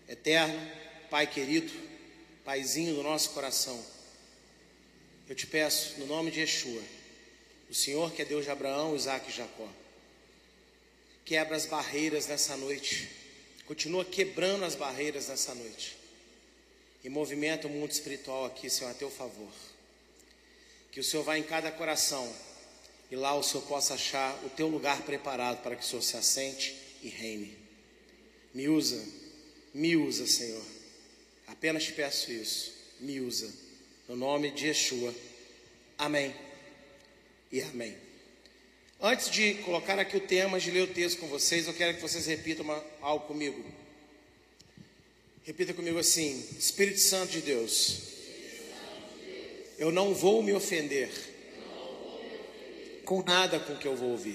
Eterno, Pai querido, Paizinho do nosso coração, eu te peço, no nome de Yeshua, o Senhor que é Deus de Abraão, Isaque e Jacó, quebra as barreiras nessa noite, continua quebrando as barreiras nessa noite, e movimenta o mundo espiritual aqui, Senhor, a teu favor. Que o Senhor vá em cada coração, e lá o Senhor possa achar o teu lugar preparado para que o Senhor se assente e reine. Me usa, Senhor. Apenas te peço isso. Me usa. No nome de Yeshua. Amém e amém. Antes de colocar aqui o tema, de ler o texto com vocês, eu quero que vocês repitam algo comigo. Repita comigo assim: Espírito Santo de Deus, eu não vou me ofender com nada com que eu vou ouvir,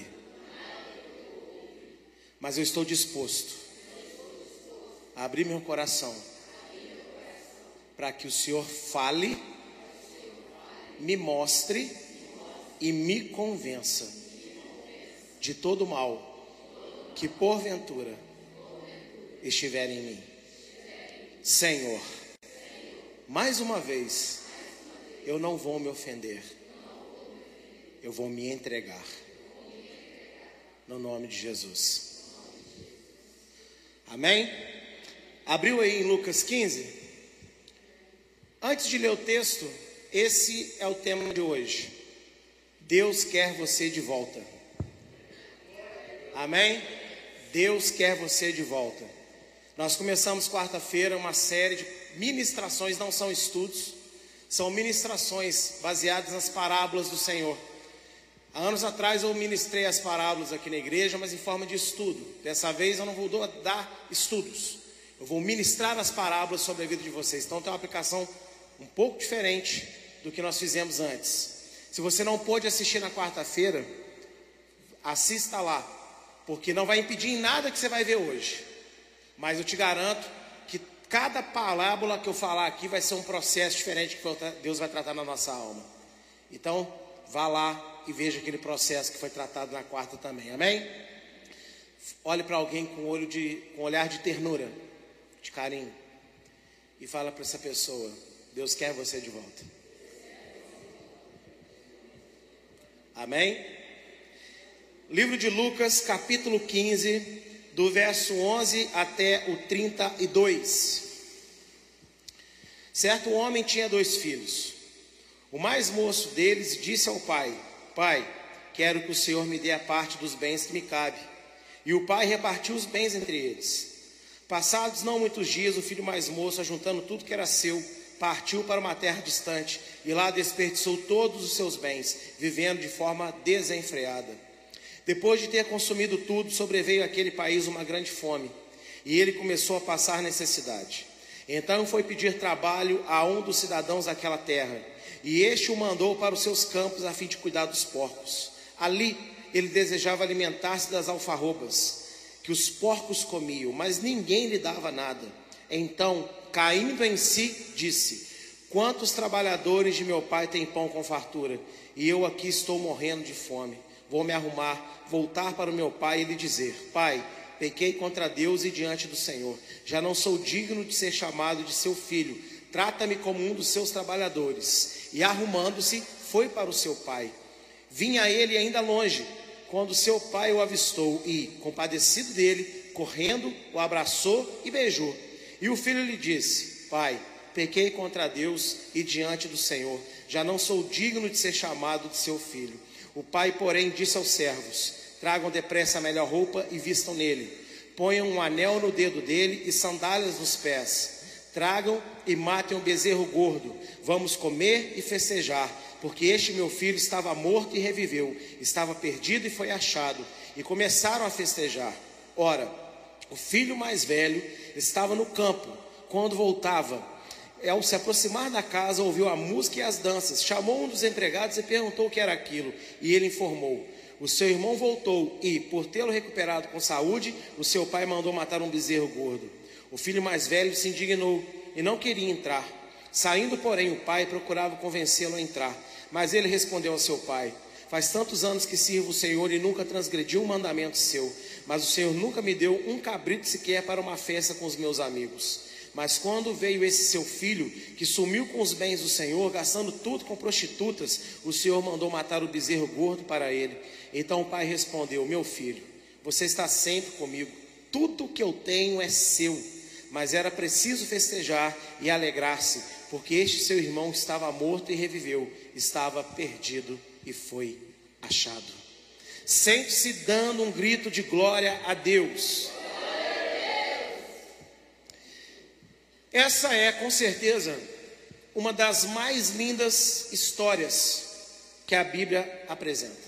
mas eu estou disposto a abrir meu coração para que o Senhor fale, me mostre e me convença de todo mal que porventura estiver em mim. Senhor, mais uma vez, eu não vou me ofender, eu vou me entregar, no nome de Jesus. Amém? Abriu aí em Lucas 15? Antes de ler o texto, esse é o tema de hoje. Deus quer você de volta. Amém? Deus quer você de volta. Nós começamos quarta-feira uma série de ministrações, não são estudos, são ministrações baseadas nas parábolas do Senhor. Há anos atrás eu ministrei as parábolas aqui na igreja, mas em forma de estudo. Dessa vez eu não vou dar estudos, eu vou ministrar as parábolas sobre a vida de vocês. Então tem uma aplicação um pouco diferente do que nós fizemos antes. Se você não pôde assistir na quarta-feira, assista lá, porque não vai impedir em nada que você vai ver hoje. Mas eu te garanto que cada parábola que eu falar aqui vai ser um processo diferente que Deus vai tratar na nossa alma. Então, vá lá e veja aquele processo que foi tratado na quarta também. Amém? Olhe para alguém com um olhar de ternura, de carinho, e fala para essa pessoa: Deus quer você de volta. Amém? Livro de Lucas, capítulo 15, do verso 11 até o 32. Certo homem tinha 2 filhos. O mais moço deles disse ao pai: Pai, quero que o Senhor me dê a parte dos bens que me cabe. E o pai repartiu os bens entre eles. Passados não muitos dias, o filho mais moço, ajuntando tudo que era seu, partiu para uma terra distante, e lá desperdiçou todos os seus bens, vivendo de forma desenfreada. Depois de ter consumido tudo, sobreveio àquele país uma grande fome, e ele começou a passar necessidade. Então foi pedir trabalho a um dos cidadãos daquela terra, e este o mandou para os seus campos a fim de cuidar dos porcos. Ali ele desejava alimentar-se das alfarrobas que os porcos comiam, mas ninguém lhe dava nada. Então, caindo em si, disse: Quantos trabalhadores de meu pai têm pão com fartura, e eu aqui estou morrendo de fome. Vou me arrumar, voltar para o meu pai e lhe dizer: Pai, pequei contra Deus e diante do Senhor. Já não sou digno de ser chamado de seu filho. Trata-me como um dos seus trabalhadores. E arrumando-se, foi para o seu pai. Vinha ele ainda longe, quando seu pai o avistou e, compadecido dele, correndo, o abraçou e beijou. E o filho lhe disse: Pai, pequei contra Deus e diante do Senhor. Já não sou digno de ser chamado de seu filho. O pai, porém, disse aos servos: Tragam depressa a melhor roupa e vistam nele. Ponham um anel no dedo dele e sandálias nos pés. Tragam e matem um bezerro gordo. Vamos comer e festejar, porque este meu filho estava morto e reviveu, estava perdido e foi achado. E começaram a festejar. Ora, o filho mais velho estava no campo. Quando voltava, ao se aproximar da casa, ouviu a música e as danças. Chamou um dos empregados e perguntou o que era aquilo, e ele informou: o seu irmão voltou e, por tê-lo recuperado com saúde, o seu pai mandou matar um bezerro gordo. O filho mais velho se indignou e não queria entrar. Saindo, porém, o pai procurava convencê-lo a entrar, mas ele respondeu ao seu pai: Faz tantos anos que sirvo o Senhor e nunca transgredi um mandamento seu. Mas o Senhor nunca me deu um cabrito sequer para uma festa com os meus amigos. Mas quando veio esse seu filho, que sumiu com os bens do Senhor, gastando tudo com prostitutas, o Senhor mandou matar o bezerro gordo para ele. Então o pai respondeu: meu filho, você está sempre comigo, tudo que eu tenho é seu. Mas era preciso festejar e alegrar-se, porque este seu irmão estava morto e reviveu, estava perdido e foi achado. Sente-se dando um grito de glória a Deus. Essa é, com certeza, uma das mais lindas histórias que a Bíblia apresenta.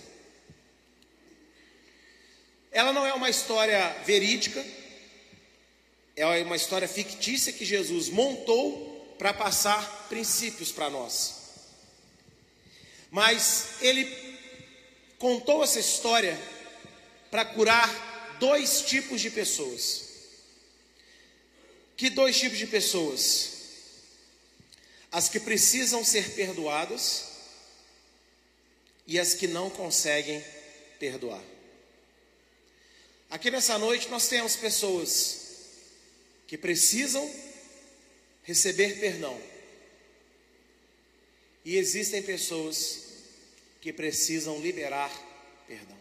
Ela não é uma história verídica, é uma história fictícia que Jesus montou para passar princípios para nós. Mas ele contou essa história para curar dois tipos de pessoas. Que dois tipos de pessoas? As que precisam ser perdoadas e as que não conseguem perdoar. Aqui nessa noite nós temos pessoas que precisam receber perdão. E existem pessoas que precisam liberar perdão.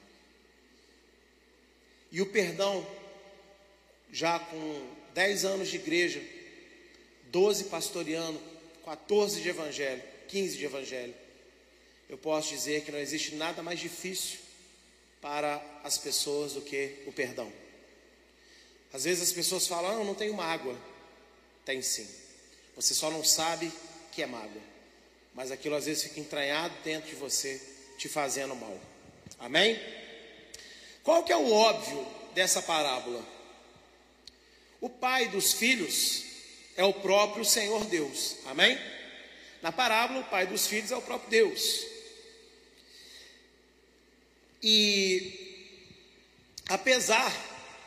E o perdão, já com 10 anos de igreja, 12 pastoreando, 14 de evangelho, 15 de evangelho, eu posso dizer que não existe nada mais difícil para as pessoas do que o perdão. Às vezes as pessoas falam: não tenho mágoa. Tem sim. Você só não sabe que é mágoa. Mas aquilo às vezes fica entranhado dentro de você, te fazendo mal. Amém? Qual que é o óbvio dessa parábola? O pai dos filhos é o próprio Senhor Deus. Amém? Na parábola, o pai dos filhos é o próprio Deus. E apesar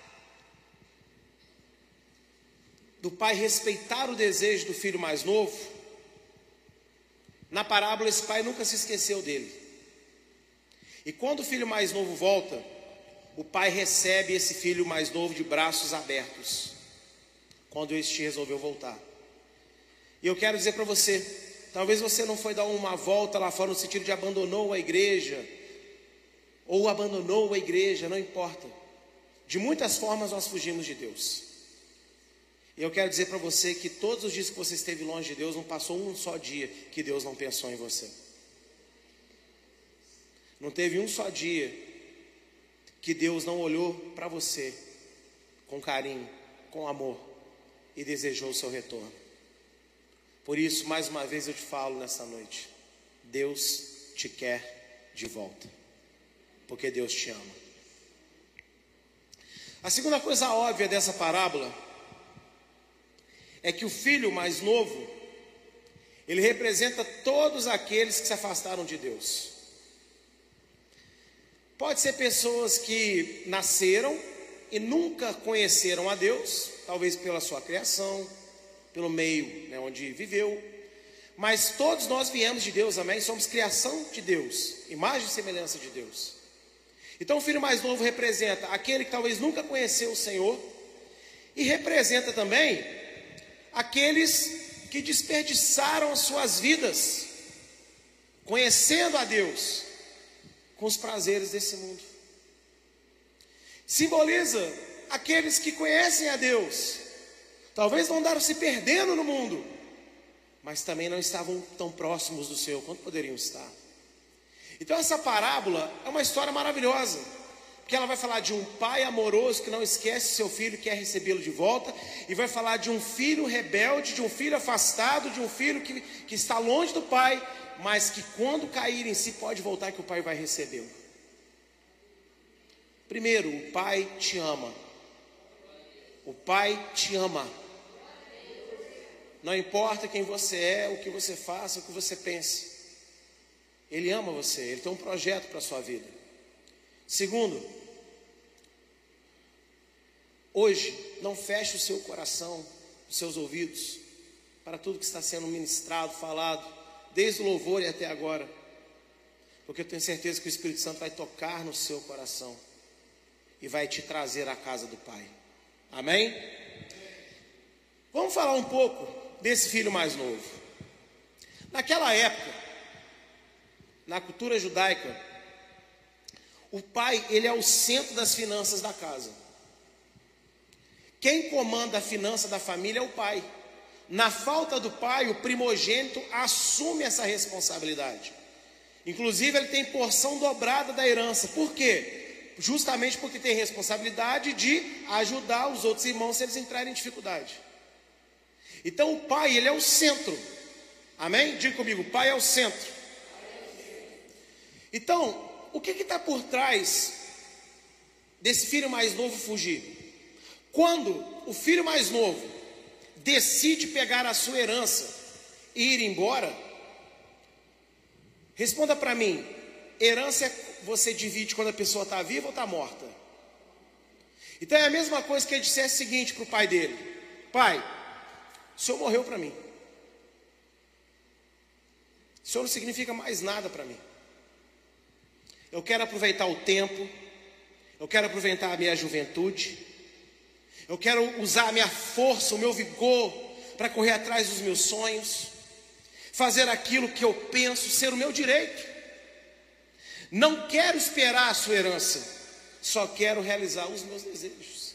do pai respeitar o desejo do filho mais novo, na parábola esse pai nunca se esqueceu dele. E quando o filho mais novo volta, o pai recebe esse filho mais novo de braços abertos, quando este resolveu voltar. E eu quero dizer para você, talvez você não foi dar uma volta lá fora no sentido de abandonou a igreja, ou abandonou a igreja, não importa. De muitas formas nós fugimos de Deus. E eu quero dizer para você que todos os dias que você esteve longe de Deus, não passou um só dia que Deus não pensou em você. Não teve um só dia que Deus não olhou para você com carinho, com amor e desejou o seu retorno. Por isso, mais uma vez eu te falo nessa noite: Deus te quer de volta, porque Deus te ama. A segunda coisa óbvia dessa parábola é que o filho mais novo, ele representa todos aqueles que se afastaram de Deus. Pode ser pessoas que nasceram e nunca conheceram a Deus, talvez pela sua criação, pelo meio, onde viveu, mas todos nós viemos de Deus, amém? Somos criação de Deus, imagem e semelhança de Deus. Então o filho mais novo representa aquele que talvez nunca conheceu o Senhor, e representa também aqueles que desperdiçaram as suas vidas conhecendo a Deus com os prazeres desse mundo. Simboliza aqueles que conhecem a Deus, talvez não andaram se perdendo no mundo, mas também não estavam tão próximos do Senhor quanto poderiam estar. Então essa parábola é uma história maravilhosa, porque ela vai falar de um pai amoroso que não esquece seu filho e quer recebê-lo de volta, e vai falar de um filho rebelde, de um filho afastado, de um filho que está longe do pai, mas que quando cair em si pode voltar, que o pai vai recebê-lo. Primeiro, o pai te ama. O pai te ama. Não importa quem você é, o que você faça, o que você pense. Ele ama você, ele tem um projeto para a sua vida. Segundo, hoje, não feche o seu coração, os seus ouvidos, para tudo que está sendo ministrado, falado, desde o louvor e até agora. porque eu tenho certeza que o Espírito Santo vai tocar no seu coração e vai te trazer à casa do Pai. Amém? Vamos falar um pouco desse filho mais novo. Naquela época, na cultura judaica, o pai, ele é o centro das finanças da casa. Quem comanda a finança da família é o pai. Na falta do pai, o primogênito assume essa responsabilidade. Inclusive, ele tem porção dobrada da herança. Por quê? Justamente porque tem responsabilidade de ajudar os outros irmãos se eles entrarem em dificuldade. Então, o pai, ele é o centro. Amém? Diga comigo, o pai é o centro. Então, o que está por trás desse filho mais novo fugir? Quando o filho mais novo decide pegar a sua herança e ir embora, responda para mim, herança você divide quando a pessoa está viva ou está morta? Então é a mesma coisa que ele dissesse o seguinte para o pai dele: pai, o senhor morreu para mim, o senhor não significa mais nada para mim. Eu quero aproveitar o tempo, eu quero aproveitar a minha juventude, eu quero usar a minha força, o meu vigor para correr atrás dos meus sonhos, fazer aquilo que eu penso ser o meu direito. Não quero esperar a sua herança, só quero realizar os meus desejos.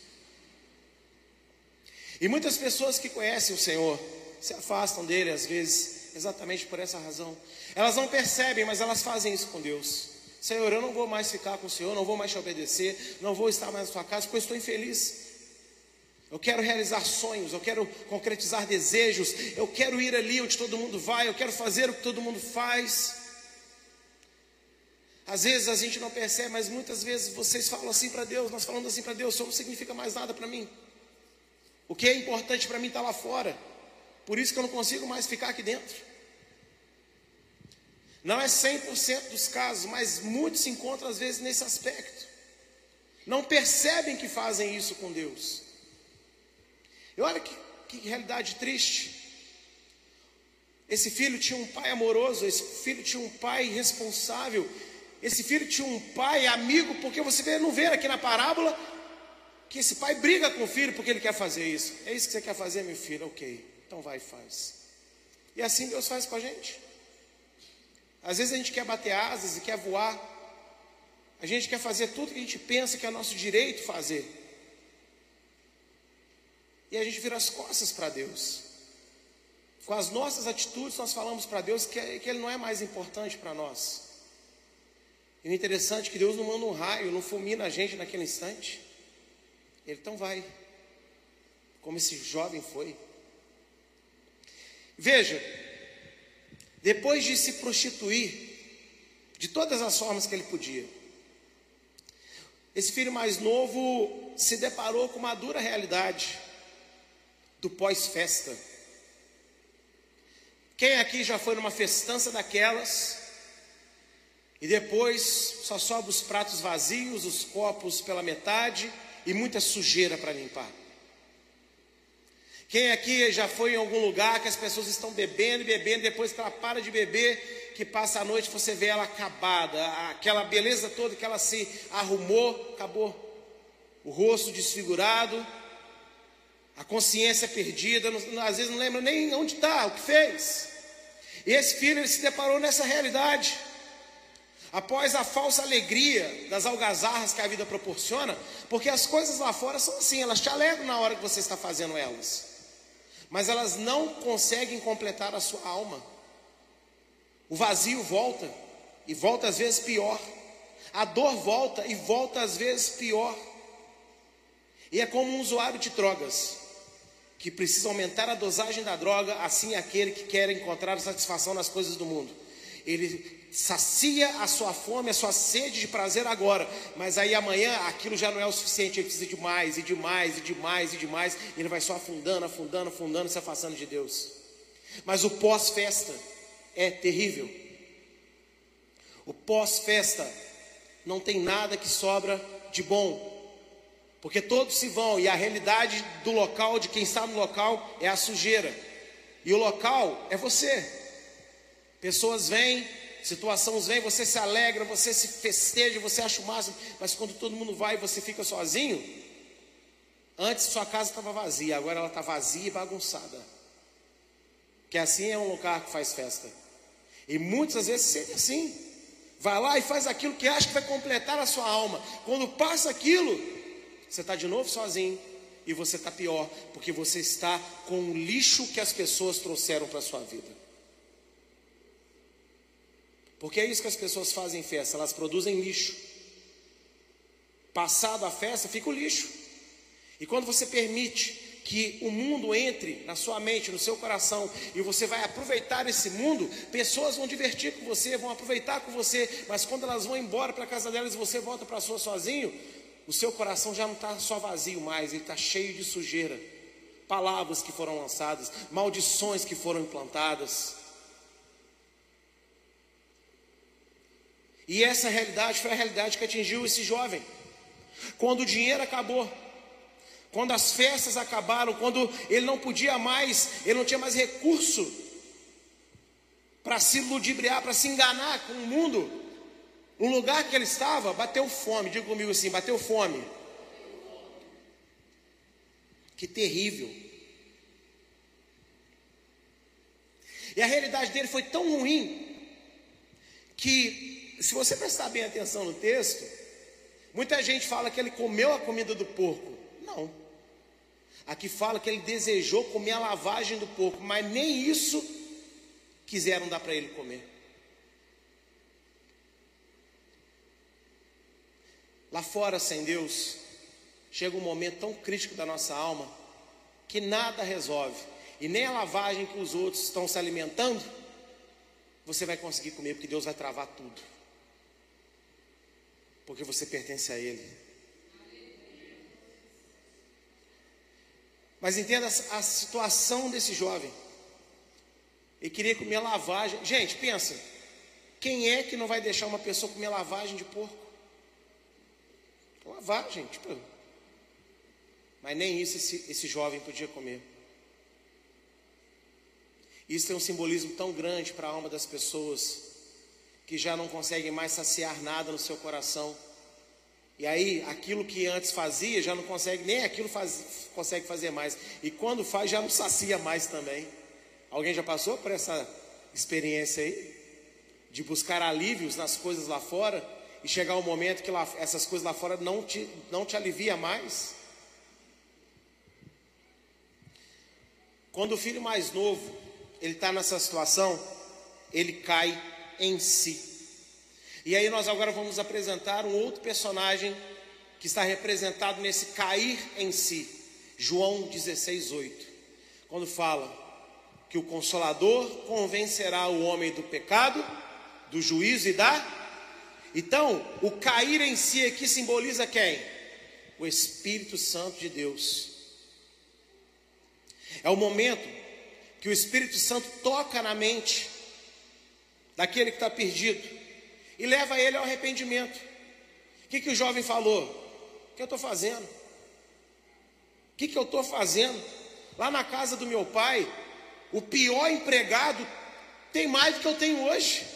E muitas pessoas que conhecem o Senhor se afastam dele às vezes exatamente por essa razão. Elas não percebem, mas elas fazem isso com Deus. Senhor, eu não vou mais ficar com o Senhor, não vou mais te obedecer, não vou estar mais na sua casa, porque eu estou infeliz. Eu quero realizar sonhos, eu quero concretizar desejos, eu quero ir ali onde todo mundo vai, eu quero fazer o que todo mundo faz. Às vezes a gente não percebe, mas muitas vezes vocês falam assim para Deus, nós falamos assim para Deus: o Senhor não significa mais nada para mim. O que é importante para mim está lá fora, por isso que eu não consigo mais ficar aqui dentro. Não é 100% dos casos, mas muitos se encontram às vezes nesse aspecto. Não percebem que fazem isso com Deus. E olha que realidade triste. Esse filho tinha um pai amoroso, esse filho tinha um pai responsável, esse filho tinha um pai amigo, porque você não vê aqui na parábola que esse pai briga com o filho porque ele quer fazer isso. É isso que você quer fazer, meu filho? Ok, então vai e faz. E assim Deus faz com a gente. Às vezes a gente quer bater asas e quer voar. A gente quer fazer tudo que a gente pensa que é nosso direito fazer. E a gente vira as costas para Deus. Com as nossas atitudes nós falamos para Deus que Ele não é mais importante para nós. E o interessante é que Deus não manda um raio, não fulmina a gente naquele instante. Ele então vai, como esse jovem foi. Veja, depois de se prostituir de todas as formas que ele podia, esse filho mais novo se deparou com uma dura realidade do pós-festa. Quem aqui já foi numa festança daquelas e depois só sobra os pratos vazios, os copos pela metade e muita sujeira para limpar? Quem aqui já foi em algum lugar que as pessoas estão bebendo e bebendo, depois que ela para de beber, que passa a noite, você vê ela acabada, aquela beleza toda que ela se arrumou, acabou. O rosto desfigurado, a consciência perdida, às vezes não lembra nem onde está, o que fez. E esse filho, ele se deparou nessa realidade. Após a falsa alegria das algazarras que a vida proporciona, porque as coisas lá fora são assim, elas te alegram na hora que você está fazendo elas, mas elas não conseguem completar a sua alma. O vazio volta, e volta às vezes pior. A dor volta, e volta às vezes pior. E é como um usuário de drogas, que precisa aumentar a dosagem da droga, assim é aquele que quer encontrar satisfação nas coisas do mundo. Ele sacia a sua fome, a sua sede de prazer agora, mas aí amanhã aquilo já não é o suficiente, ele precisa de mais, e de mais, e de mais, e de mais, e ele vai só afundando, afundando, afundando, se afastando de Deus. Mas o pós-festa é terrível. O pós-festa não tem nada que sobra de bom, porque todos se vão, e a realidade do local, de quem está no local, é a sujeira, e o local é você. Pessoas vêm, situações vêm, você se alegra, você se festeja, você acha o máximo, mas quando todo mundo vai e você fica sozinho, antes sua casa estava vazia, agora ela está vazia e bagunçada. Que assim é um lugar que faz festa. E muitas vezes você é assim, vai lá e faz aquilo que acha que vai completar a sua alma. Quando passa aquilo, você está de novo sozinho. E você está pior, porque você está com o lixo que as pessoas trouxeram para a sua vida. Porque é isso que as pessoas fazem em festa, elas produzem lixo. Passado a festa, fica o lixo. E quando você permite que o mundo entre na sua mente, no seu coração, e você vai aproveitar esse mundo, pessoas vão divertir com você, vão aproveitar com você, mas quando elas vão embora para a casa delas e você volta para a sua sozinho, o seu coração já não está só vazio mais, ele está cheio de sujeira, palavras que foram lançadas, maldições que foram implantadas. E essa realidade foi a realidade que atingiu esse jovem. Quando o dinheiro acabou, quando as festas acabaram, quando ele não podia mais, ele não tinha mais recurso para se ludibriar, para se enganar com o mundo, no lugar que ele estava, bateu fome. Diga comigo assim, bateu fome. Que terrível. E a realidade dele foi tão ruim que, se você prestar bem atenção no texto, muita gente fala que ele comeu a comida do porco. Não. Aqui fala que ele desejou comer a lavagem do porco, mas nem isso quiseram dar para ele comer. Lá fora, sem Deus, chega um momento tão crítico da nossa alma que nada resolve, e nem a lavagem que os outros estão se alimentando você vai conseguir comer, porque Deus vai travar tudo, porque você pertence a Ele. Mas entenda a situação desse jovem. Ele queria comer lavagem. Gente, pensa, quem é que não vai deixar uma pessoa comer lavagem de porco? Lavagem, tipo. Mas nem isso esse jovem podia comer. Isso tem um simbolismo tão grande para a alma das pessoas, que já não conseguem mais saciar nada no seu coração. E aí, aquilo que antes fazia, já não consegue, nem aquilo consegue fazer mais. E quando faz, já não sacia mais também. Alguém já passou por essa experiência aí? De buscar alívios nas coisas lá fora, e chegar um momento que essas coisas lá fora não te alivia mais. Quando o filho mais novo, ele está nessa situação, ele cai em si. E aí nós agora vamos apresentar um outro personagem que está representado nesse cair em si. João 16:8. Quando fala que o Consolador convencerá o homem do pecado, do juízo e da... Então, o cair em si aqui simboliza quem? O Espírito Santo de Deus. É o momento que o Espírito Santo toca na mente daquele que está perdido e leva ele ao arrependimento. O que o jovem falou? O que eu estou fazendo? O que eu estou fazendo? Lá na casa do meu pai, o pior empregado tem mais do que eu tenho hoje.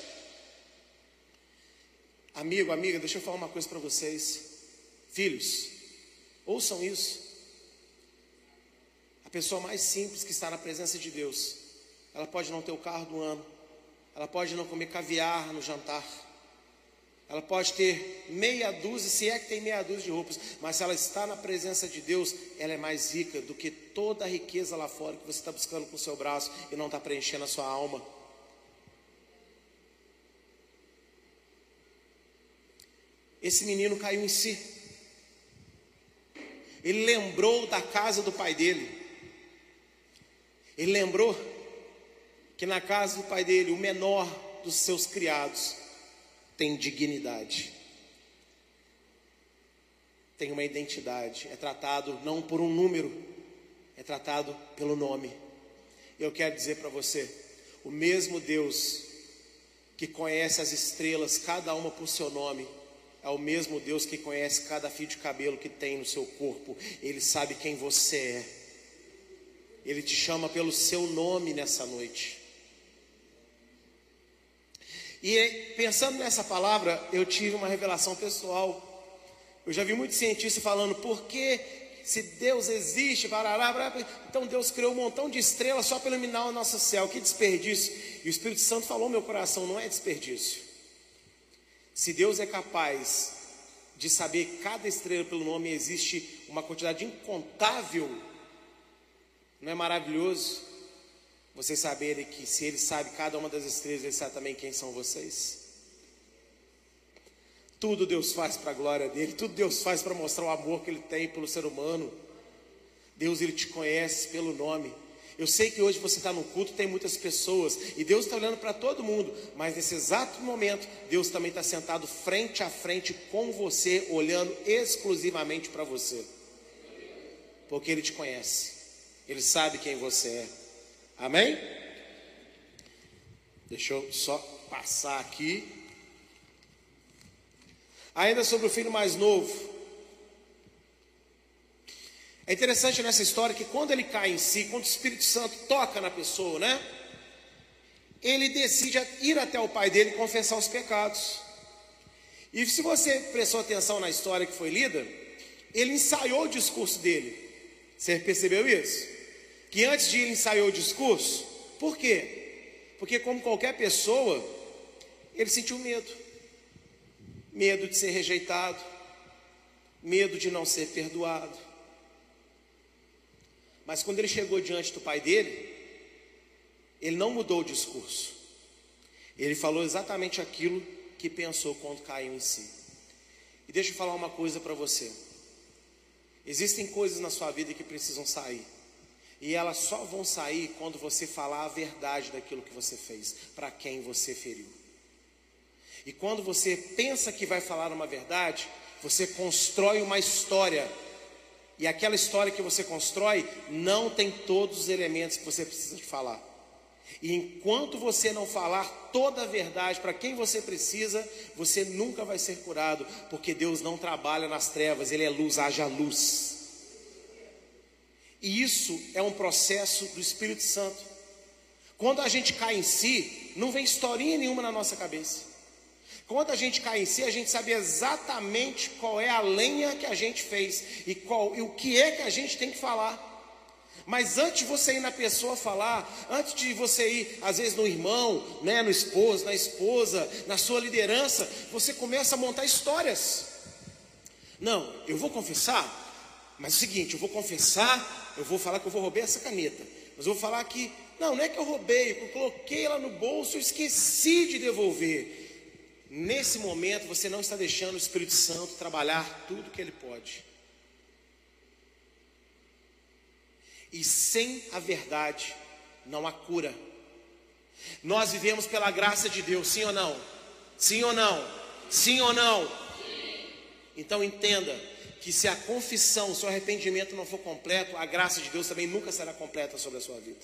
Amigo, amiga, deixa eu falar uma coisa para vocês. Filhos, ouçam isso. A pessoa mais simples que está na presença de Deus, ela pode não ter o carro do ano, ela pode não comer caviar no jantar, ela pode ter meia dúzia, se é que tem meia dúzia de roupas, mas se ela está na presença de Deus, ela é mais rica do que toda a riqueza lá fora que você está buscando com o seu braço e não está preenchendo a sua alma. Esse menino caiu em si. Ele lembrou da casa do pai dele. Ele lembrou que na casa do pai dele, o menor dos seus criados tem dignidade, tem uma identidade, é tratado não por um número, é tratado pelo nome. Eu quero dizer para você, o mesmo Deus que conhece as estrelas, cada uma por seu nome, é o mesmo Deus que conhece cada fio de cabelo que tem no seu corpo. Ele sabe quem você é. Ele te chama pelo seu nome nessa noite. E pensando nessa palavra, eu tive uma revelação pessoal. Eu já vi muitos cientistas falando, por que se Deus existe, então Deus criou um montão de estrelas só para iluminar o nosso céu, que desperdício. E o Espírito Santo falou no meu coração, não é desperdício. Se Deus é capaz de saber cada estrela pelo nome, existe uma quantidade incontável, não é maravilhoso vocês saberem que se Ele sabe cada uma das estrelas, Ele sabe também quem são vocês? Tudo Deus faz para a glória dEle, tudo Deus faz para mostrar o amor que Ele tem pelo ser humano. Deus, Ele te conhece pelo nome. Eu sei que hoje você está no culto, tem muitas pessoas, e Deus está olhando para todo mundo, mas nesse exato momento, Deus também está sentado frente a frente com você, olhando exclusivamente para você, porque Ele te conhece, Ele sabe quem você é. Amém? Deixa eu só passar aqui. Ainda sobre o filho mais novo. É interessante nessa história que quando ele cai em si, quando o Espírito Santo toca na pessoa, né? Ele decide ir até o pai dele e confessar os pecados. E se você prestou atenção na história que foi lida, ele ensaiou o discurso dele. Você percebeu isso? Que antes de ele ensaiou o discurso. Por quê? Porque como qualquer pessoa, ele sentiu medo. Medo de ser rejeitado, medo de não ser perdoado. Mas quando ele chegou diante do pai dele, ele não mudou o discurso. Ele falou exatamente aquilo que pensou quando caiu em si. E deixa eu falar uma coisa para você. Existem coisas na sua vida que precisam sair. E elas só vão sair quando você falar a verdade daquilo que você fez, para quem você feriu. E quando você pensa que vai falar uma verdade, você constrói uma história. E aquela história que você constrói não tem todos os elementos que você precisa de falar. E enquanto você não falar toda a verdade para quem você precisa, você nunca vai ser curado. Porque Deus não trabalha nas trevas, Ele é luz, haja luz. E isso é um processo do Espírito Santo. Quando a gente cai em si, não vem historinha nenhuma na nossa cabeça. Quando a gente cai em si, a gente sabe exatamente qual é a lenha que a gente fez e o que é que a gente tem que falar. Mas antes de você ir na pessoa falar, antes de você ir, às vezes, no irmão, né, no esposo, na esposa, na sua liderança, você começa a montar histórias. Não, eu vou confessar, mas é o seguinte, eu vou confessar, eu vou falar que eu vou roubar essa caneta. Mas eu vou falar que, não é que eu roubei, eu coloquei ela no bolso, eu esqueci de devolver. Nesse momento você não está deixando o Espírito Santo trabalhar tudo que ele pode. E sem a verdade não há cura. Nós vivemos pela graça de Deus, sim ou não? Sim ou não? Sim ou não? Sim. Então entenda que se a confissão, se o arrependimento não for completo, a graça de Deus também nunca será completa sobre a sua vida.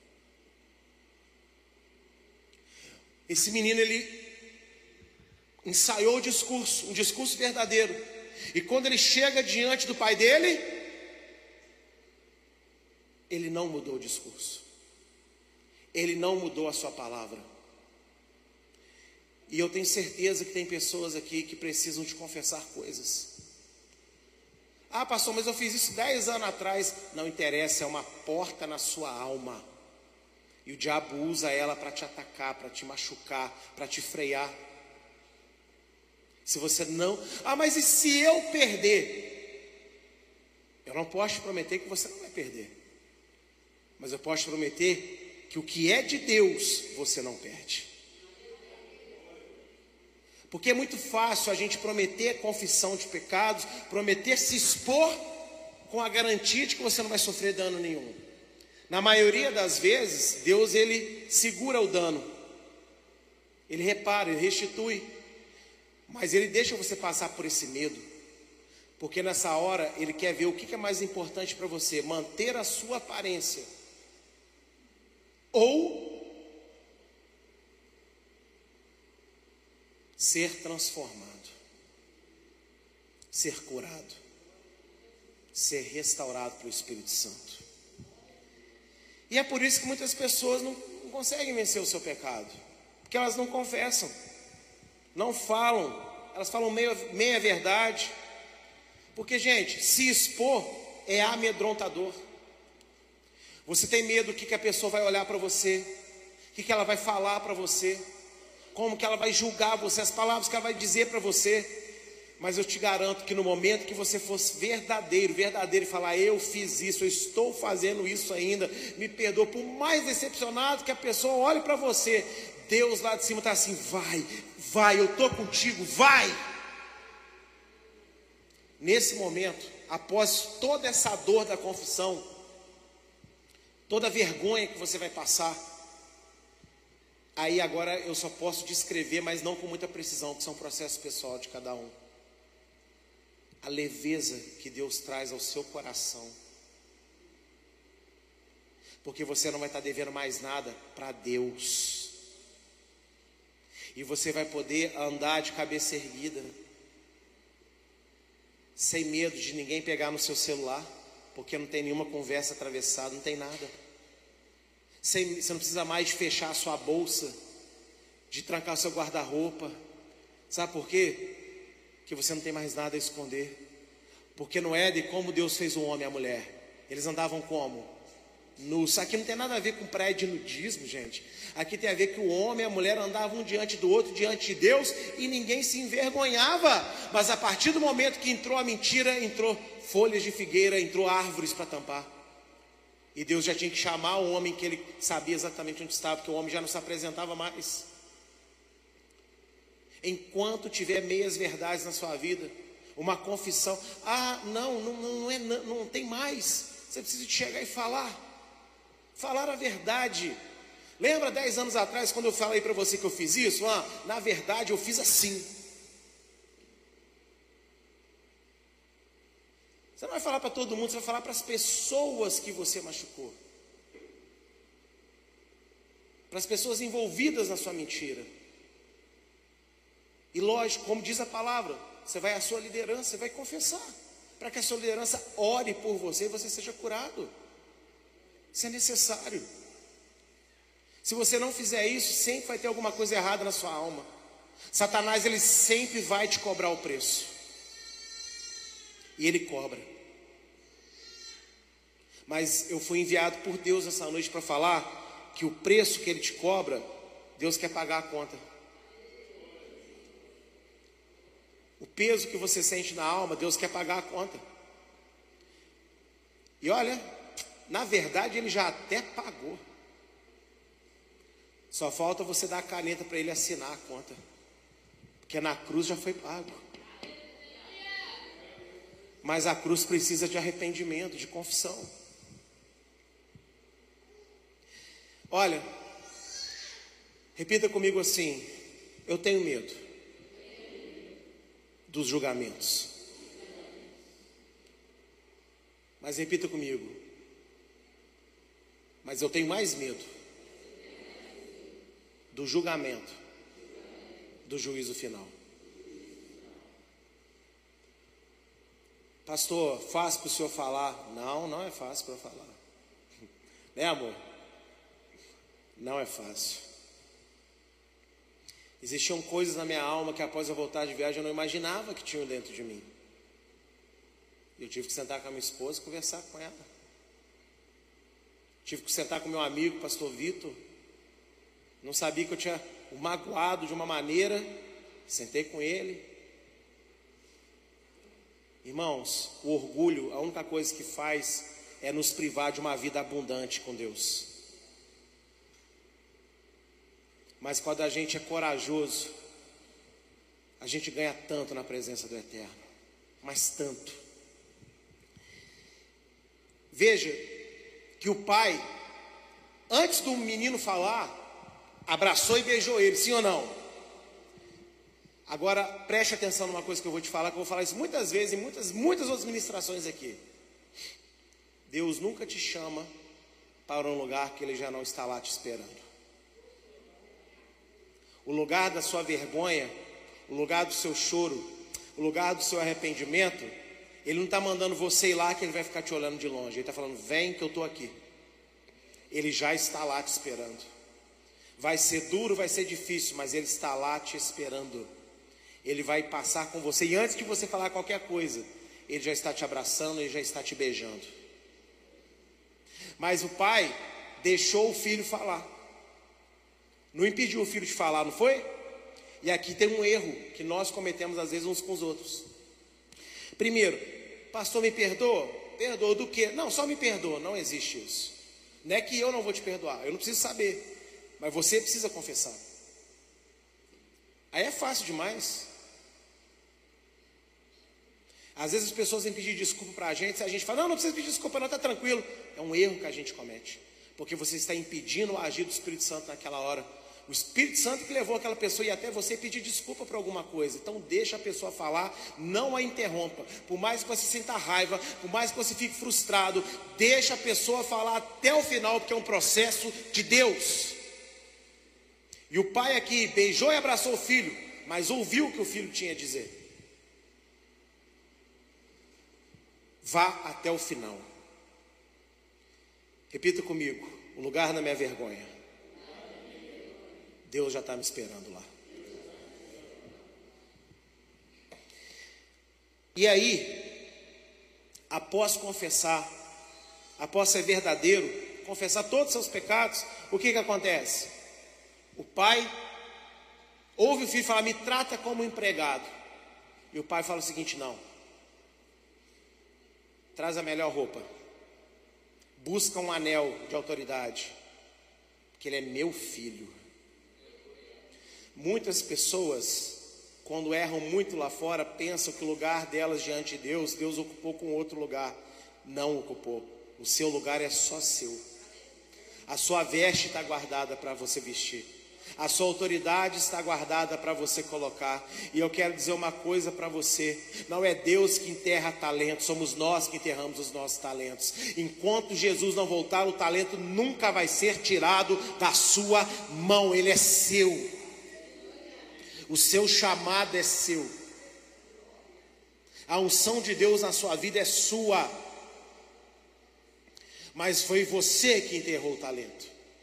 Esse menino, ele ensaiou o discurso, um discurso verdadeiro. E quando ele chega diante do pai dele, ele não mudou o discurso. Ele não mudou a sua palavra. E eu tenho certeza que tem pessoas aqui que precisam te confessar coisas. Ah, pastor, mas eu fiz isso 10 anos atrás. Não interessa, é uma porta na sua alma. E o diabo usa ela para te atacar, para te machucar, para te frear. Se você não... Ah, mas e se eu perder? Eu não posso te prometer que você não vai perder. Mas eu posso te prometer que o que é de Deus, você não perde. Porque é muito fácil a gente prometer confissão de pecados, prometer se expor com a garantia de que você não vai sofrer dano nenhum. Na maioria das vezes, Deus, ele segura o dano. Ele repara, ele restitui. Mas ele deixa você passar por esse medo, porque nessa hora ele quer ver o que é mais importante para você: manter a sua aparência ou ser transformado, ser curado, ser restaurado pelo Espírito Santo. E é por isso que muitas pessoas não conseguem vencer o seu pecado, Porque elas não confessam, não falam, elas falam meia verdade. Porque, gente, se expor é amedrontador. Você tem medo do que a pessoa vai olhar para você, o que ela vai falar para você, como que ela vai julgar você, as palavras que ela vai dizer para você. Mas eu te garanto que no momento que você fosse verdadeiro e falar: eu fiz isso, eu estou fazendo isso ainda, me perdoa, por mais decepcionado que a pessoa olhe para você, Deus lá de cima está assim: vai, eu estou contigo, vai. Nesse momento, após toda essa dor da confissão, toda a vergonha que você vai passar, aí agora eu só posso descrever, mas não com muita precisão, porque são processos pessoais de cada um. A leveza que Deus traz ao seu coração, porque você não vai estar devendo mais nada para Deus, e você vai poder andar de cabeça erguida, sem medo de ninguém pegar no seu celular, porque não tem nenhuma conversa atravessada, não tem nada. Você não precisa mais fechar a sua bolsa, de trancar o seu guarda-roupa. Sabe por quê? Porque você não tem mais nada a esconder. Porque no Éden, como Deus fez o homem e a mulher, eles andavam como? Nus. Aqui não tem nada a ver com praia de nudismo, gente. Aqui tem a ver que o homem e a mulher andavam um diante do outro, diante de Deus, e ninguém se envergonhava. Mas a partir do momento que entrou a mentira, entrou folhas de figueira, entrou árvores para tampar. E Deus já tinha que chamar o homem, que ele sabia exatamente onde estava, porque o homem já não se apresentava mais. Enquanto tiver meias verdades na sua vida, uma confissão: não tem mais. Você precisa de chegar e falar a verdade. Lembra 10 anos atrás, quando eu falei para você que eu fiz isso? Na verdade eu fiz assim. Você não vai falar para todo mundo, você vai falar para as pessoas que você machucou, para as pessoas envolvidas na sua mentira. E lógico, como diz a palavra, você vai à sua liderança, você vai confessar, para que a sua liderança ore por você e você seja curado. Isso é necessário. Se você não fizer isso, sempre vai ter alguma coisa errada na sua alma. Satanás, ele sempre vai te cobrar o preço. E ele cobra. Mas eu fui enviado por Deus essa noite para falar que o preço que ele te cobra, Deus quer pagar a conta. O peso que você sente na alma, Deus quer pagar a conta. E olha, na verdade ele já até pagou. Só falta você dar a caneta para ele assinar a conta, porque na cruz já foi pago. Mas a cruz precisa de arrependimento, de confissão. Olha, repita comigo assim: eu tenho medo dos julgamentos. Mas repita comigo: mas eu tenho mais medo do julgamento, do juízo final. Pastor, fácil para o senhor falar? Não é fácil para eu falar. Né, amor? Não é fácil. Existiam coisas na minha alma que após eu voltar de viagem eu não imaginava que tinham dentro de mim. Eu tive que sentar com a minha esposa e conversar com ela. Tive que sentar com meu amigo, pastor Vitor. Não sabia que eu tinha o magoado de uma maneira. Sentei com ele. Irmãos, o orgulho, a única coisa que faz é nos privar de uma vida abundante com Deus. Mas quando a gente é corajoso, a gente ganha tanto na presença do Eterno. Mas tanto. Veja que o pai, antes do menino falar, abraçou e beijou ele, sim ou não? Agora preste atenção numa coisa que eu vou te falar, que eu vou falar isso muitas vezes, em muitas outras ministrações aqui. Deus nunca te chama para um lugar que Ele já não está lá te esperando. O lugar da sua vergonha, o lugar do seu choro, o lugar do seu arrependimento, Ele não está mandando você ir lá que Ele vai ficar te olhando de longe. Ele está falando: vem que eu estou aqui. Ele já está lá te esperando. Vai ser duro, vai ser difícil, mas Ele está lá te esperando. Ele vai passar com você, e antes de você falar qualquer coisa, Ele já está te abraçando, Ele já está te beijando. Mas o pai deixou o filho falar, não impediu o filho de falar, não foi? E aqui tem um erro que nós cometemos às vezes uns com os outros. Primeiro, pastor, me perdoa? Perdoa do quê? Não, só me perdoa. Não existe isso. Não é que eu não vou te perdoar, eu não preciso saber, mas você precisa confessar. Aí é fácil demais. Às vezes as pessoas vêm pedir desculpa para a gente, se a gente fala, não precisa pedir desculpa não, está tranquilo. É um erro que a gente comete, porque você está impedindo o agir do Espírito Santo naquela hora. O Espírito Santo que levou aquela pessoa e até você pedir desculpa por alguma coisa. Então deixa a pessoa falar, não a interrompa. Por mais que você sinta raiva, por mais que você fique frustrado, deixa a pessoa falar até o final, porque é um processo de Deus. E o pai aqui beijou e abraçou o filho, mas ouviu o que o filho tinha a dizer. Vá até o final. Repita comigo: o lugar na minha vergonha, Deus já está me esperando lá. E aí, após confessar, após ser verdadeiro, confessar todos os seus pecados, o que acontece? O pai ouve o filho falar, me trata como empregado. E o pai fala o seguinte, não, traz a melhor roupa, busca um anel de autoridade, porque ele é meu filho. Muitas pessoas, quando erram muito lá fora, pensam que o lugar delas diante de Deus, Deus ocupou com outro lugar. Não ocupou. O seu lugar é só seu. A sua veste está guardada para você vestir. A sua autoridade está guardada para você colocar. E eu quero dizer uma coisa para você: não é Deus que enterra talentos, somos nós que enterramos os nossos talentos. Enquanto Jesus não voltar, o talento nunca vai ser tirado da sua mão, ele é seu. O seu chamado é seu. A unção de Deus na sua vida é sua. Mas foi você que enterrou o talento.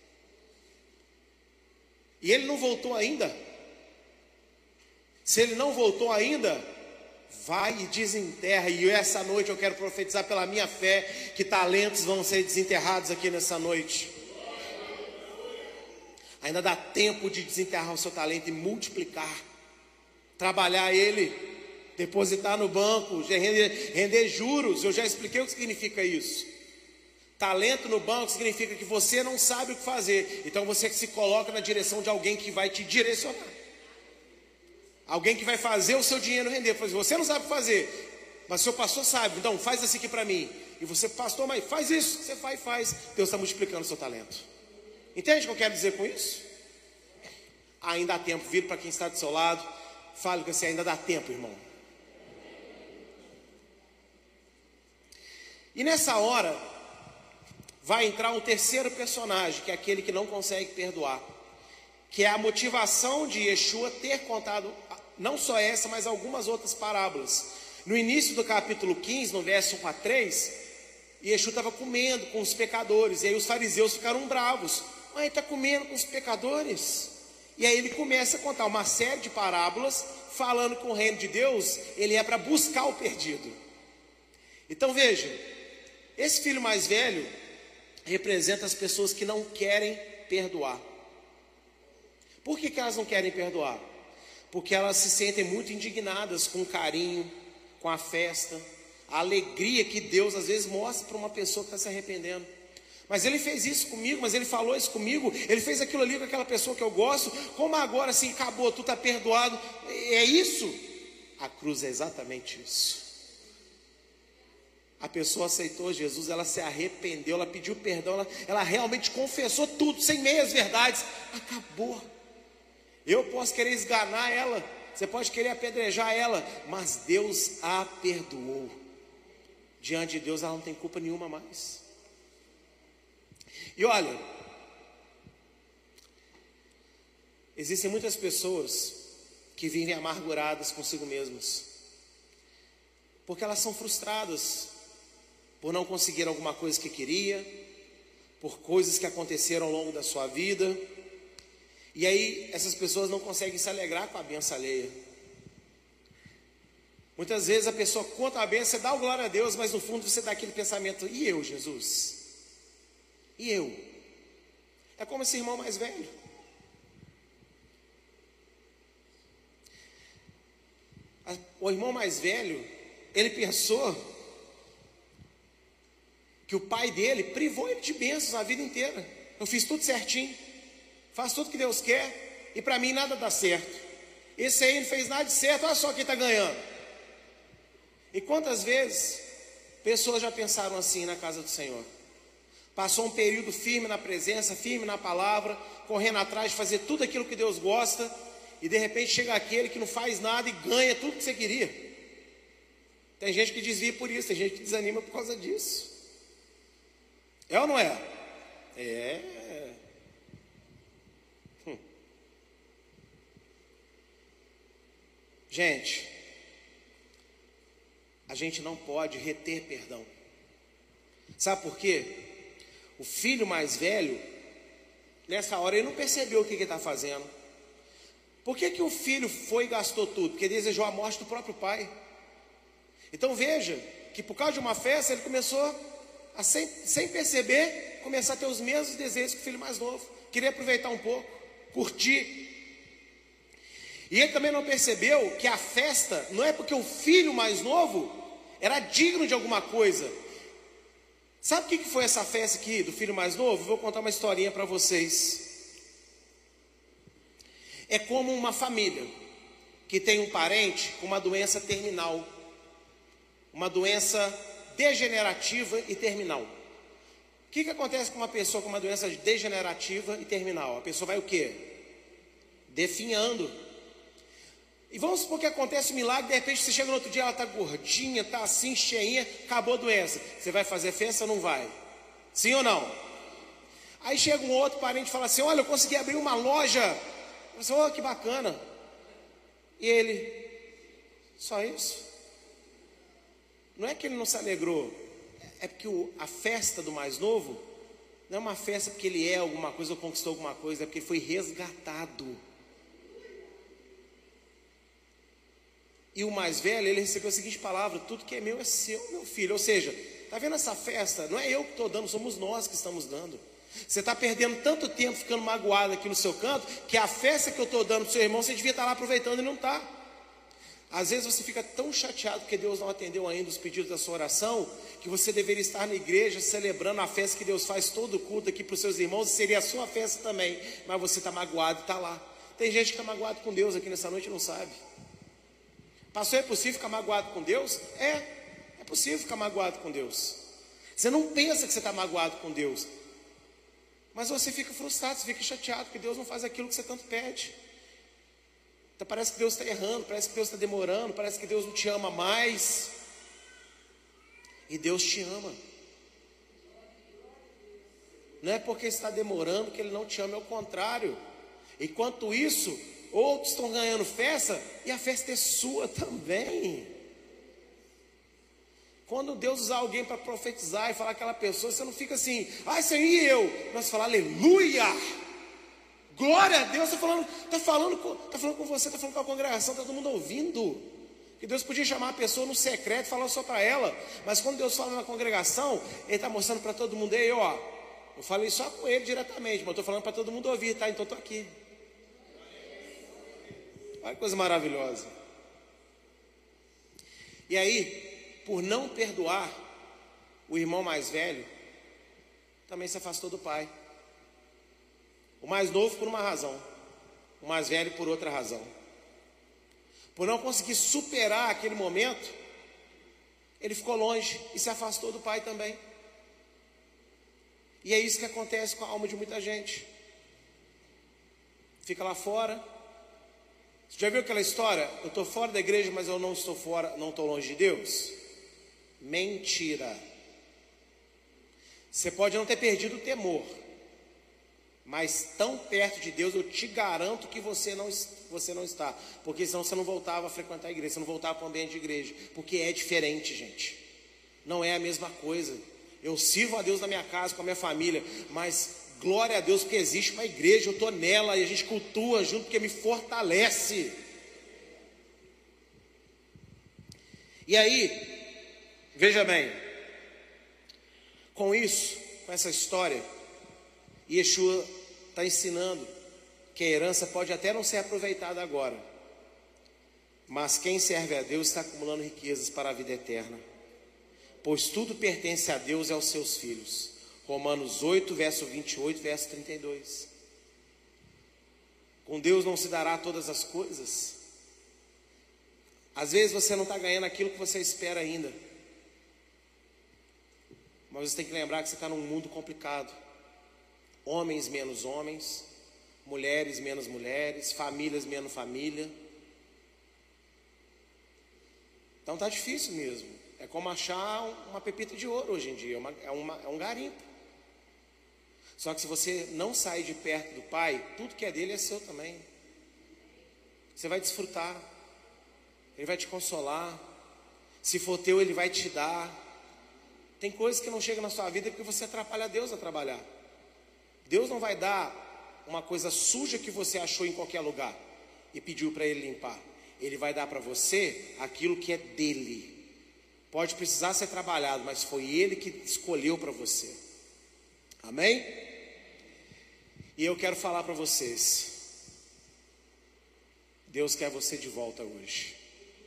E ele não voltou ainda. Se ele não voltou ainda, vai e desenterra. E essa noite eu quero profetizar pela minha fé que talentos vão ser desenterrados aqui nessa noite. Ainda dá tempo de desenterrar o seu talento e multiplicar, trabalhar ele, depositar no banco, render juros. Eu já expliquei o que significa isso. Talento no banco significa que você não sabe o que fazer, então você se coloca na direção de alguém que vai te direcionar, alguém que vai fazer o seu dinheiro render. Você não sabe o que fazer, mas seu pastor sabe, então faz assim aqui para mim. E você, pastor, mas faz isso, você faz. Deus está multiplicando o seu talento. Entende o que eu quero dizer com isso? Ainda há tempo. Vire para quem está do seu lado, fale que você ainda dá tempo, irmão. E nessa hora vai entrar um terceiro personagem, que é aquele que não consegue perdoar, que é a motivação de Yeshua ter contado não só essa, mas algumas outras parábolas. No início do capítulo 15, no verso 1 a 3, Yeshua estava comendo com os pecadores, e aí os fariseus ficaram bravos. Ele está comendo com os pecadores? E aí ele começa a contar uma série de parábolas, falando que o reino de Deus, ele é para buscar o perdido. Então veja, esse filho mais velho representa as pessoas que não querem perdoar. Por que elas não querem perdoar? Porque elas se sentem muito indignadas com o carinho, com a festa, a alegria que Deus às vezes mostra para uma pessoa que está se arrependendo. Mas ele fez isso comigo, mas ele falou isso comigo, ele fez aquilo ali com aquela pessoa que eu gosto, como agora assim, acabou, tu está perdoado, é isso? A cruz é exatamente isso. A pessoa aceitou Jesus, ela se arrependeu, ela pediu perdão, ela realmente confessou tudo, sem meias verdades, acabou. Eu posso querer esganar ela, você pode querer apedrejar ela, mas Deus a perdoou. Diante de Deus ela não tem culpa nenhuma mais. E olha, existem muitas pessoas que vivem amarguradas consigo mesmas, porque elas são frustradas por não conseguir alguma coisa que queria, por coisas que aconteceram ao longo da sua vida. E aí essas pessoas não conseguem se alegrar com a bênção alheia. Muitas vezes a pessoa conta a bênção, você dá o glória a Deus, mas no fundo você dá aquele pensamento: e eu, Jesus? E eu? É como esse irmão mais velho. O irmão mais velho, ele pensou que o pai dele privou ele de bênçãos a vida inteira. Eu fiz tudo certinho, faço tudo que Deus quer, e para mim nada dá certo. Esse aí não fez nada de certo, olha só quem está ganhando. E quantas vezes pessoas já pensaram assim na casa do Senhor? Passou um período firme na presença, firme na palavra, correndo atrás de fazer tudo aquilo que Deus gosta, e de repente chega aquele que não faz nada e ganha tudo que você queria. Tem gente que desvia por isso, tem gente que desanima por causa disso. É ou não é? É. Gente, a gente não pode reter perdão. Sabe por quê? O filho mais velho, nessa hora, ele não percebeu o que ele está fazendo. Por que o filho foi e gastou tudo? Porque desejou a morte do próprio pai. Então veja, que por causa de uma festa, ele começou a, sem perceber, começar a ter os mesmos desejos que o filho mais novo. Queria aproveitar um pouco, curtir. E ele também não percebeu que a festa não é porque o filho mais novo era digno de alguma coisa. Sabe o que foi essa festa aqui do filho mais novo? Vou contar uma historinha para vocês. É como uma família que tem um parente com uma doença terminal, uma doença degenerativa e terminal. O que acontece com uma pessoa com uma doença degenerativa e terminal? A pessoa vai o quê? Definhando. E vamos supor que acontece um milagre, de repente você chega no outro dia, ela está gordinha, está assim, cheinha, acabou a doença. Você vai fazer festa ou não vai? Sim ou não? Aí chega um outro parente e fala assim: olha, eu consegui abrir uma loja. Você, oh, que bacana. E ele, só isso? Não é que ele não se alegrou, é porque a festa do mais novo não é uma festa porque ele é alguma coisa ou conquistou alguma coisa, é porque ele foi resgatado. E o mais velho, ele recebeu a seguinte palavra: tudo que é meu é seu, meu filho. Ou seja, está vendo essa festa? Não é eu que estou dando, somos nós que estamos dando. Você está perdendo tanto tempo ficando magoado aqui no seu canto, que a festa que eu estou dando para o seu irmão, você devia estar lá aproveitando e não está. Às vezes você fica tão chateado porque Deus não atendeu ainda os pedidos da sua oração, que você deveria estar na igreja celebrando a festa que Deus faz todo o culto aqui para os seus irmãos, e seria a sua festa também, mas você está magoado e está lá. Tem gente que está magoado com Deus aqui nessa noite e não sabe. Pastor, é possível ficar magoado com Deus? É possível ficar magoado com Deus. Você não pensa que você está magoado com Deus, mas você fica frustrado, você fica chateado, porque Deus não faz aquilo que você tanto pede. Então parece que Deus está errando, parece que Deus está demorando, parece que Deus não te ama mais. E Deus te ama. Não é porque está demorando que Ele não te ama, é o contrário. Enquanto isso, outros estão ganhando festa, e a festa é sua também. Quando Deus usar alguém para profetizar e falar aquela pessoa, você não fica assim: ah, isso aí e eu. Mas fala aleluia, glória a Deus. Está falando com você, está falando com a congregação, está todo mundo ouvindo. Que Deus podia chamar a pessoa no secreto e falar só para ela, mas quando Deus fala na congregação, Ele está mostrando para todo mundo. Ei, ó, eu falei só com ele diretamente, mas estou falando para todo mundo ouvir, tá? Então estou aqui. Olha que coisa maravilhosa. E aí, por não perdoar, o irmão mais velho também se afastou do pai. O mais novo por uma razão, o mais velho por outra razão. Por não conseguir superar aquele momento, ele ficou longe e se afastou do pai também. E é isso que acontece com a alma de muita gente. Fica lá fora. Você já viu aquela história? Eu estou fora da igreja, mas eu não estou fora, não estou longe de Deus. Mentira. Você pode não ter perdido o temor, mas tão perto de Deus, eu te garanto que você não está, porque senão você não voltava a frequentar a igreja, você não voltava para o ambiente de igreja, porque é diferente, gente. Não é a mesma coisa. Eu sirvo a Deus na minha casa, com a minha família, mas glória a Deus porque existe uma igreja, eu estou nela e a gente cultua junto porque me fortalece. E aí, veja bem, com isso, com essa história, Yeshua está ensinando que a herança pode até não ser aproveitada agora, mas quem serve a Deus está acumulando riquezas para a vida eterna, pois tudo pertence a Deus e aos seus filhos. Romanos 8, verso 28, verso 32. Com Deus não se dará todas as coisas. Às vezes você não está ganhando aquilo que você espera ainda, mas você tem que lembrar que você está num mundo complicado. Homens menos homens, mulheres menos mulheres, famílias menos família. Então está difícil mesmo. É como achar uma pepita de ouro hoje em dia, é um garimpo. Só que se você não sair de perto do Pai, tudo que é dele é seu também. Você vai desfrutar, Ele vai te consolar. Se for teu, Ele vai te dar. Tem coisas que não chegam na sua vida porque você atrapalha Deus a trabalhar. Deus não vai dar uma coisa suja que você achou em qualquer lugar e pediu para Ele limpar. Ele vai dar para você aquilo que é dele. Pode precisar ser trabalhado, mas foi Ele que escolheu para você. Amém? E eu quero falar para vocês, Deus quer você de volta hoje,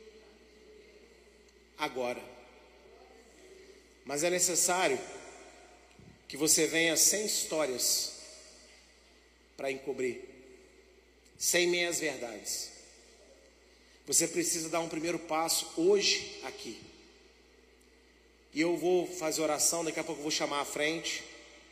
agora. Mas é necessário que você venha sem histórias para encobrir, sem meias verdades. Você precisa dar um primeiro passo hoje aqui. E eu vou fazer oração, daqui a pouco eu vou chamar à frente.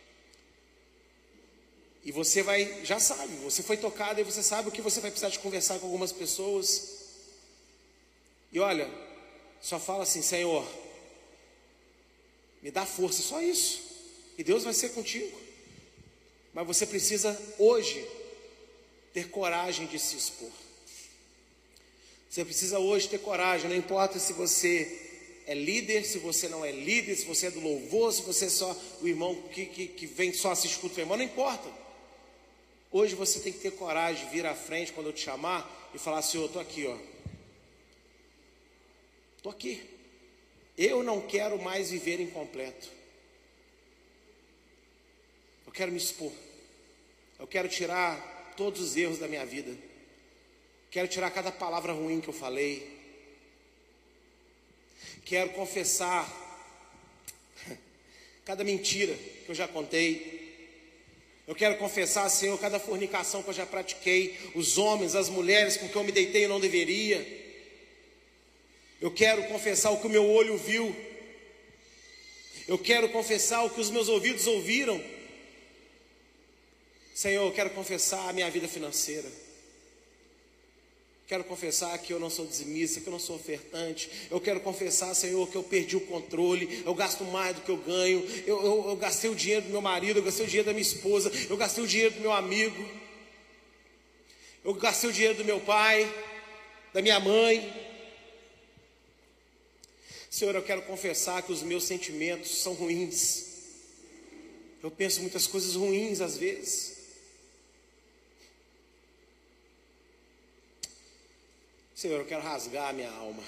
E você vai, já sabe, você foi tocado e você sabe o que você vai precisar de conversar com algumas pessoas. E olha, só fala assim: Senhor, me dá força, só isso. E Deus vai ser contigo. Mas você precisa hoje ter coragem de se expor. Você precisa hoje ter coragem, não importa se você é líder, se você não é líder, se você é do louvor, se você é só o irmão que vem só assistir culto, irmão, não importa. Hoje você tem que ter coragem de vir à frente quando eu te chamar e falar: Senhor, eu estou aqui, ó. Estou aqui. Eu não quero mais viver incompleto. Eu quero me expor. Eu quero tirar todos os erros da minha vida. Quero tirar cada palavra ruim que eu falei. Quero confessar cada mentira que eu já contei. Eu quero confessar, Senhor, cada fornicação que eu já pratiquei, os homens, as mulheres com que eu me deitei e não deveria. Eu quero confessar o que o meu olho viu. Eu quero confessar o que os meus ouvidos ouviram. Senhor, eu quero confessar a minha vida financeira. Quero confessar que eu não sou dizimista, que eu não sou ofertante. Eu quero confessar, Senhor, que eu perdi o controle. Eu gasto mais do que eu ganho. Eu gastei o dinheiro do meu marido, eu gastei o dinheiro da minha esposa, eu gastei o dinheiro do meu amigo. Eu gastei o dinheiro do meu pai, da minha mãe. Senhor, eu quero confessar que os meus sentimentos são ruins. Eu penso muitas coisas ruins às vezes. Senhor, eu quero rasgar a minha alma.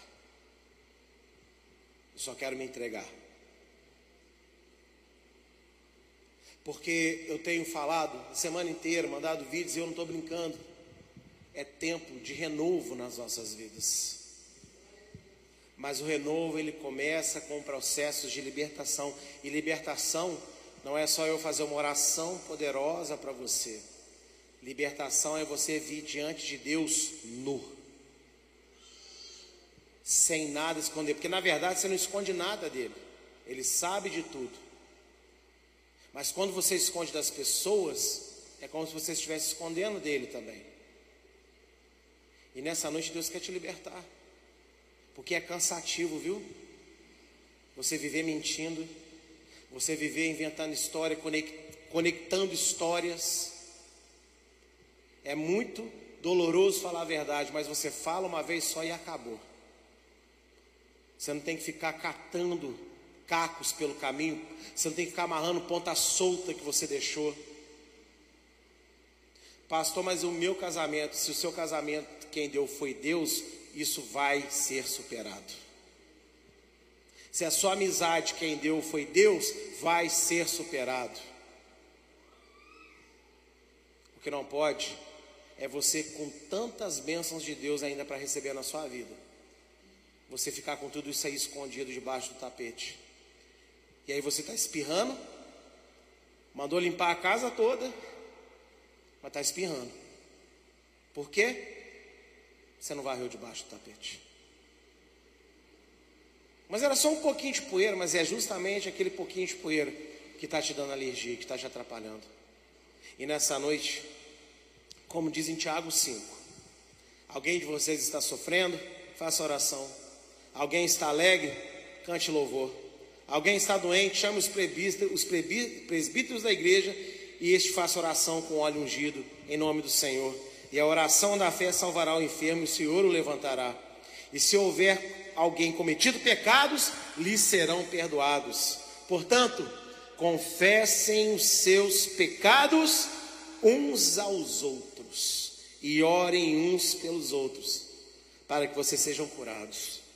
Eu só quero me entregar. Porque eu tenho falado a semana inteira, mandado vídeos e eu não estou brincando. É tempo de renovo nas nossas vidas. Mas o renovo, ele começa com processos de libertação. E libertação não é só eu fazer uma oração poderosa para você. Libertação é você vir diante de Deus nu. Sem nada esconder, porque na verdade você não esconde nada dele, ele sabe de tudo. Mas quando você esconde das pessoas, é como se você estivesse escondendo dele também. E nessa noite Deus quer te libertar, porque é cansativo, viu? Você viver mentindo, você viver inventando história, conectando histórias. É muito doloroso falar a verdade, mas você fala uma vez só e acabou. Você não tem que ficar catando cacos pelo caminho. Você não tem que ficar amarrando ponta solta que você deixou. Pastor, mas o meu casamento, se o seu casamento quem deu foi Deus, isso vai ser superado. Se a sua amizade quem deu foi Deus, vai ser superado. O que não pode é você, com tantas bênçãos de Deus ainda para receber na sua vida, você ficar com tudo isso aí escondido debaixo do tapete. E aí você está espirrando, mandou limpar a casa toda, mas está espirrando. Por quê? Você não varreu debaixo do tapete. Mas era só um pouquinho de poeira, mas é justamente aquele pouquinho de poeira que está te dando alergia, que está te atrapalhando. E nessa noite, como diz em Tiago 5, alguém de vocês está sofrendo? Faça oração. Alguém está alegre? Cante louvor. Alguém está doente? Chame os presbíteros da igreja e este faça oração com óleo ungido em nome do Senhor. E a oração da fé salvará o enfermo e o Senhor o levantará. E se houver alguém cometido pecados, lhes serão perdoados. Portanto, confessem os seus pecados uns aos outros e orem uns pelos outros, para que vocês sejam curados.